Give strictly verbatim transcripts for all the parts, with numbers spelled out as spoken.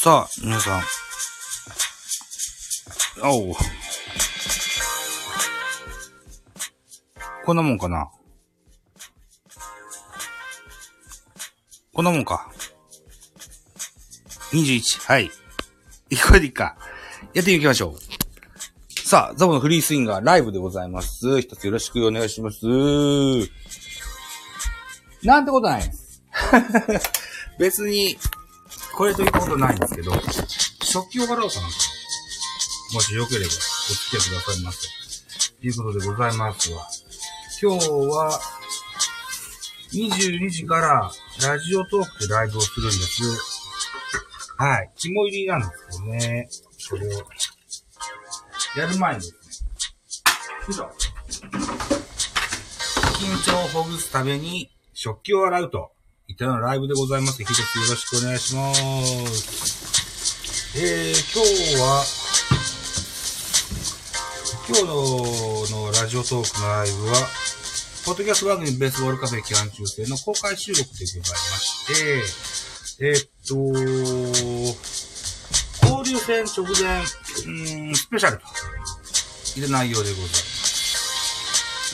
さあ、皆さん。おう。こんなもんかな。こんなもんか。にじゅういち。はい。これでいいか。やっていきましょう。さあ、ザボのフリースインガーライブでございます。一つよろしくお願いします。なんてことないです。別に、これといったことないんですけど、食器を払おうかなと。もしよければ、お付き合いくださいませ。ということでございますわ。今日は、にじゅうにじからラジオトークでライブをするんです。はい。肝入りなんですけどね。これを、やる前にですね。よいしょ。緊張をほぐすために、食器を洗うと。いったようなライブでございます。一つよろしくお願いします。えー、今日は、今日ののラジオトークのライブは、ポッドキャスト番組ベースボールカフェ期間中制の公開収録でございまして、えー、っと、交流戦直前、うーん、スペシャルという内容でございます。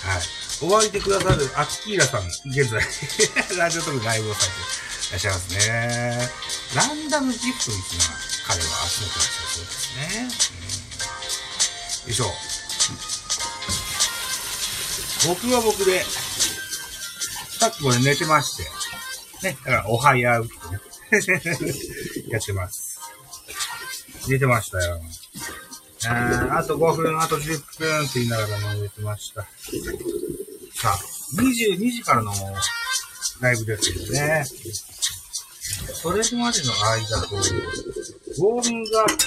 はい。お会いでくださるアッキーラさん、現在、ラジオトークライブをされていらっしゃいますね。ランダムギフトにつな彼は集めてらっしゃるそうですね。うん、よいしょ。僕は僕で、さっきまで寝てまして、ね、だからおはやうってね、やってます。寝てましたよ。あ, あとごふん、あとじゅっぷんって言いながらも寝てました。さあ、にじゅうにじからのライブですけどね。それまでの間、こう、ウォーミングアップ、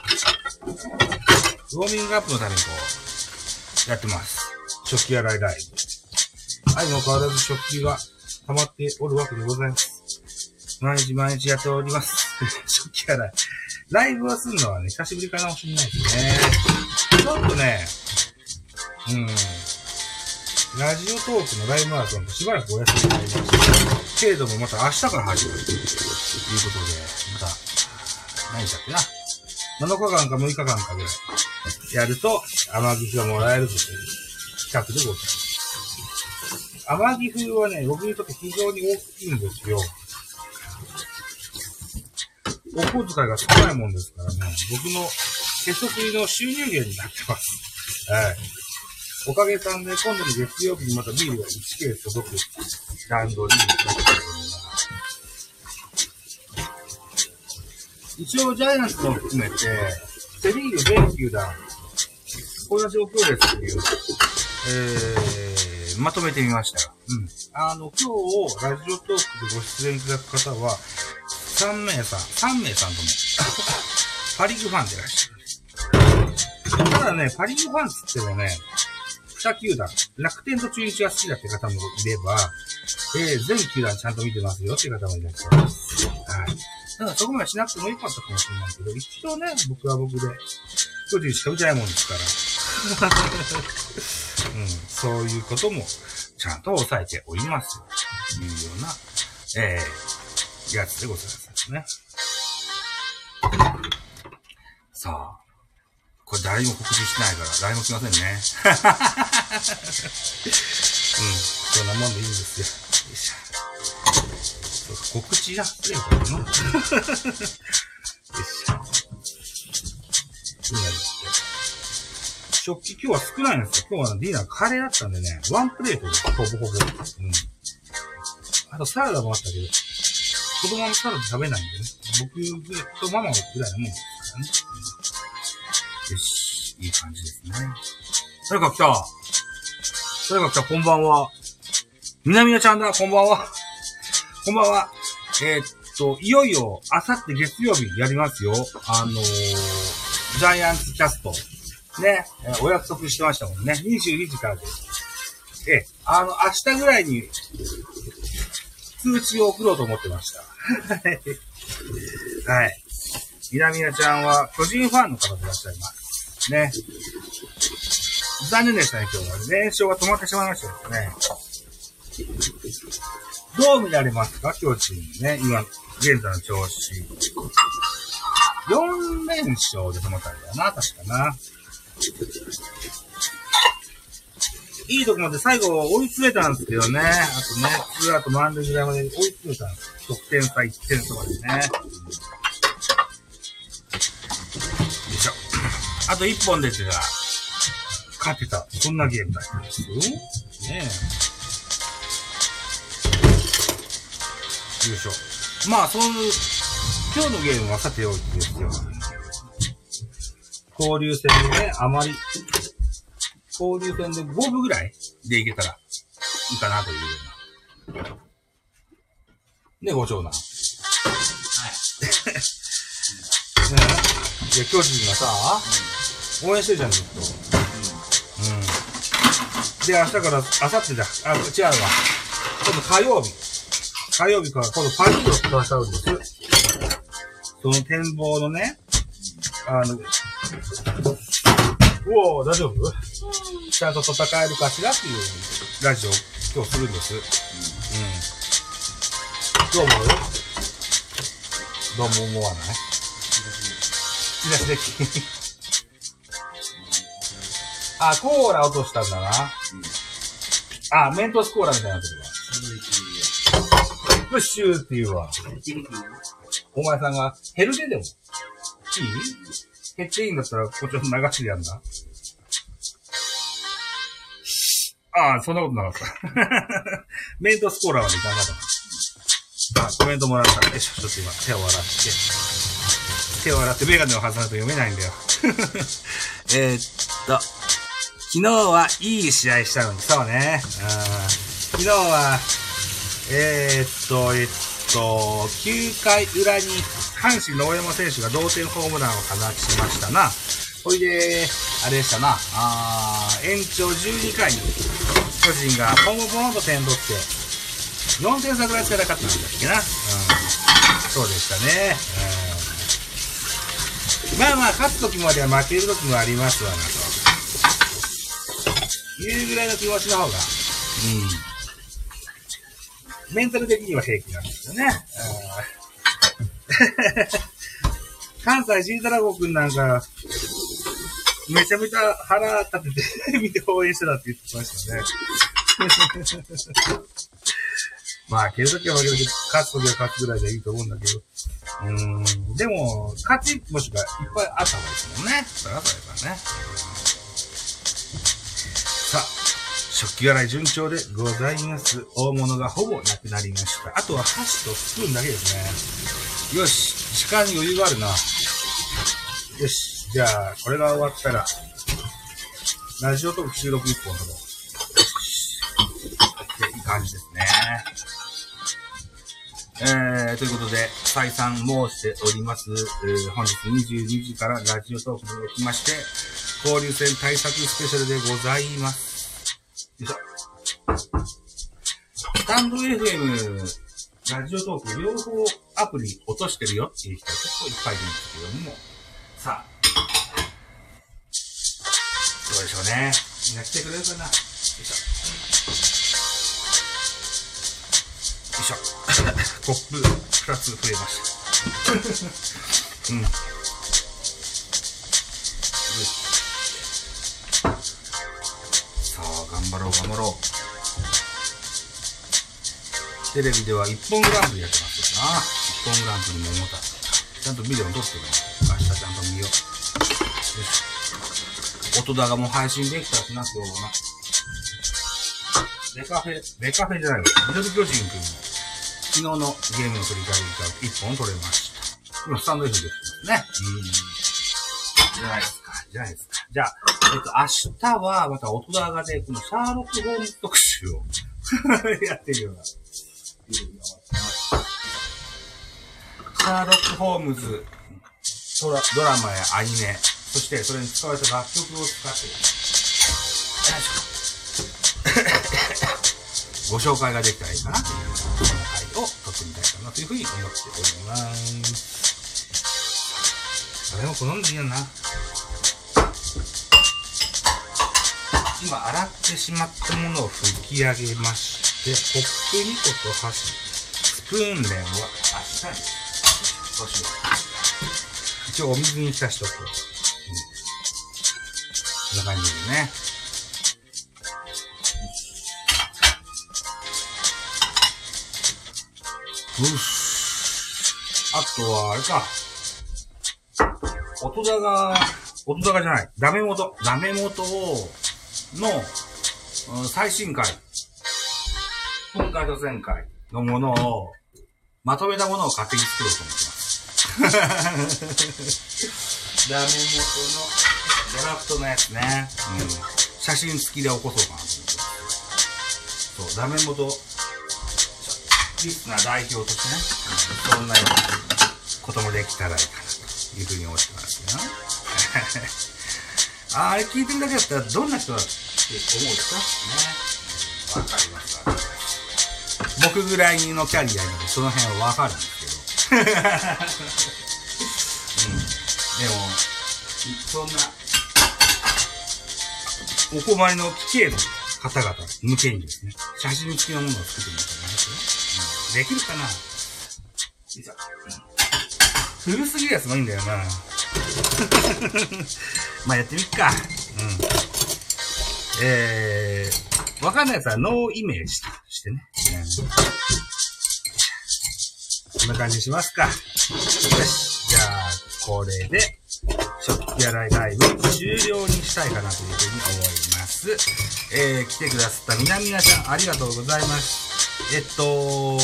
ウォーミングアップのためにこう、やってます。食器洗いライブ。相も変わらず食器が溜まっておるわけでございます。毎日毎日やっております。食器洗い。ライブをするのはね、久しぶりかもしれないですね。ちょっとね、うん。ラジオトークのライブマラソンとしばらくお休みになりました。けれどもまた明日から始まるということで、また、何したっけな。なのかかんかむいかかんかぐらいやると、天城がもらえるという企画でございます。天城はね、僕にとって非常に大きいんですよ。お小遣いが少ないもんですからね、僕の手得意の収入源になってます。はい。おかげさんで、今度の月曜日にまたビールがいちケース届くランドリーになっております。一応ジャイアンツも含めて、セリーグ全球団、こんな状況ですっていう、えー、まとめてみました。うん。あの、今日、ラジオトークでご出演いただく方は、さんめいさん、さんめいさんとも、パリーグファンでいらっしゃる。ただね、パリーグファンつってもね、に球団、楽天と中日が好きだって方もいれば、えー、全球団ちゃんと見てますよっていう方もいらっしゃいます。はい。ただそこまでしなくてもよかったかもしれないけど、一応ね、僕は僕で、巨人しか見てないもんですから、うん、そういうこともちゃんと抑えておりますというような、えー、やつでございますね。さあ。これ誰にも告知してないから、誰も来ませんね。うん。そんなもんでいいんですよ。よいしょ。そうか、告知やってるからな。よいしょ。いいなですって食器今日は少ないんですよ。今日はディナーカレーだったんでね、ワンプレートで、ほぼほぼ。うん。あとサラダもあったけど、子供のサラダ食べないんでね。僕とママぐらいのもんですからね。よし、いい感じですね。誰か来た。誰か来た、こんばんは。みなみなちゃんだ、こんばんは。こんばんは。えー、っと、いよいよ、あさって月曜日やりますよ。あのー、ジャイアンツキャスト。ね、えー、お約束してましたもんね。にじゅうにじからです。えー、あの、明日ぐらいに、通知を送ろうと思ってました。はい。みなみなちゃんは巨人ファンの方でいらっしゃいます。ね。残念でしたね、今日は。連勝が止まってしまいましたですね。どう見られますか、巨人ね。今、現在の調子。 連勝で止まったんだよな、確かな。いいとこまで最後追い詰めたんですけどね。あとね、ツーアウト満塁ぐらいまで追い詰めたんです。得点差いってんとかでね。よいしょ。あといっぽん出てたら、勝てた。そんなゲームだったんですよ。ねえ。よいしょ。まあ、そういう、今日のゲームはさておいてですよ。交流戦でね、あまり、交流戦でごぶぐらいでいけたらいいかなというような。ね、ご長男。はい。ねえ。いや、巨人がさ、うん、応援してるじゃん、ずっと。うん。うん。で、明日から、明後日だ。あ、違うわ。今度火曜日。火曜日から今度パリードを戦うんです。その展望のね、あの、おお、大丈夫？ちゃんと戦えるかしらっていうラジオを今日するんです。うん。どう思う？どうも思わない？チラシでき。あ、コーラ落としたんだな。うん、あ、メントスコーラみたいになってるわ。プッシューっていうわ。お前さんがヘルででもいい？減っていいんだったら、こっちの流しでやんだ。ああ、そんなことなかった。メントスコーラはね、いかなかった。あ、コメントもらったら、よいしょ、ちょっと今、手を洗って。手を洗ってメガネを外さないと読めないんだよ。えーっと、昨日はいい試合したのに、そうね。昨日は、えーっと、えーっと、きゅうかい裏に、阪神の大山選手が同点ホームランを放ちましたな。ほいで、あれでしたな。あー、延長じゅうにかいに、巨人がポンポンポンと点取って、よんてん差ぐらいつけなかったんだっけな。うん。そうでしたね。うん。まあまあ、勝つ時までは負ける時もありますわな、というぐらいの気持ちの方が、うん。メンタル的には平気なんですよね。関西ジードラゴンくんなんか、めちゃめちゃ腹立てて見て応援してたって言ってましたね。まあ、負けるときは負けるけど、勝つときは勝つぐらいでいいと思うんだけど。うーん。でも、勝ちもしがいっぱいあった方がいいですもんね。それはそれからね。さあ、食器洗い順調でございます。大物がほぼなくなりました。あとは箸とスプーンだけですね。よし、時間に余裕があるな。よし、じゃあ、これが終わったら、ラジオトーク収録いっぽん撮ろう。よし。いい感じですね。えー、ということで、再三申しております、えー、本日にじゅうにじからラジオトークにおきまして、交流戦対策スペシャルでございます。よいしょ。スタンド エフエム、ラジオトーク両方アプリ落としてるよっていう人は結構いっぱいいるんですけども、さあ、どうでしょうね。みんな来てくれるかな。よいしょ。よいしょ。コップふたつ増えました。うん。よし。さあ、頑張ろう頑張ろう。テレビではいっぽんグランプリやってますよな。いっぽんグランプリも思った。ちゃんとビデオに撮ってるの。明日ちゃんと見よう。よし。音だがもう配信できたしな、今日もな。ベカフェ、ベカフェじゃないわ。ミドル巨人くんの昨日のゲームの振り返りがいっぽん撮れました。今スタンド F ですね。うん。じゃないですか。じゃないですか。じゃあ、えっと、明日はまた音だがで、このシャーロック・ホームズ特集をやってるような。シャーロック・ホームズドラ、ドラマやアニメ、そしてそれに使われた楽曲を使ってご紹介ができたらいいかなというこの回を撮ってみたいかなというふうに思っております。それも好んでいいよな。今洗ってしまったものを拭き上げまして、コップにこと箸、スプーン麺は明日に。そうしよう。 一応お水に浸しとく。うん。こんな感じでね。うっす。あとは、あれか。音高が、音高じゃない。ダメ元。ダメ元を、の、うん、最新回。今回と前回のものを、まとめたものを勝手に作ろうと思ってます。ダメ元のドラフトのやつね。うん。写真付きで起こそうかなと思ってます。そう、ダメ元、リスナー代表としてね、うん、そんなようなこともできたらいいかなというふうに思ってますよ。あ, あれ聞いてるだけだったらどんな人だって思うんですかね。わかります。僕ぐらいのキャリアなのでその辺はわかるんですけど。うん、でも、そんな、お困りの危険の方々向けにですね、写真付きのものを作ってみたいと思いますよ。できるかな？古すぎるやつもいいんだよな。まあやってみっか。うん。えー、わかんないやつはノーイメージとしてね。うん、こんな感じにしますか。よし。じゃあ、これで、食器洗いライブ終了にしたいかなというふうに思います。えー、来てくださった皆々さんありがとうございます。えっと、うん、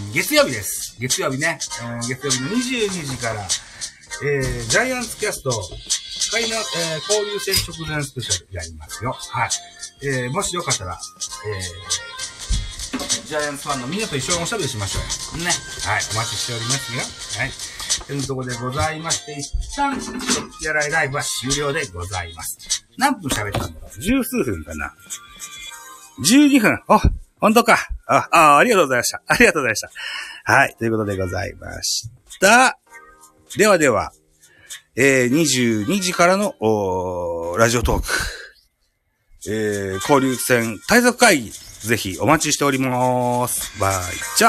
月曜日です。月曜日ね。えー、月曜日のにじゅうにじから、えー、ジャイアンツキャスト、使いな、えー、交流戦直前スペシャルやりますよ。はい。えー、もしよかったら、えー、ジャイアンツファンのみんなと一緒におしゃべりしましょうよ。ね。はい。お待ちしておりますよ。はい。というところでございまして、一旦、食器洗いライブは終了でございます。何分喋ったんだろう？十数分かな。じゅうにふん。お、本当か。あ、あ、ありがとうございました。ありがとうございました。はい。ということでございました。ではでは、えー、にじゅうにじからの、おー、ラジオトーク。えー、交流戦対策会議、ぜひお待ちしております。バイチャ。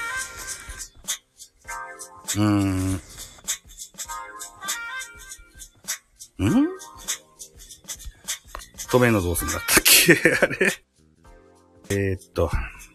うーん。ん止めるのどうするんだったっけあれえーっと。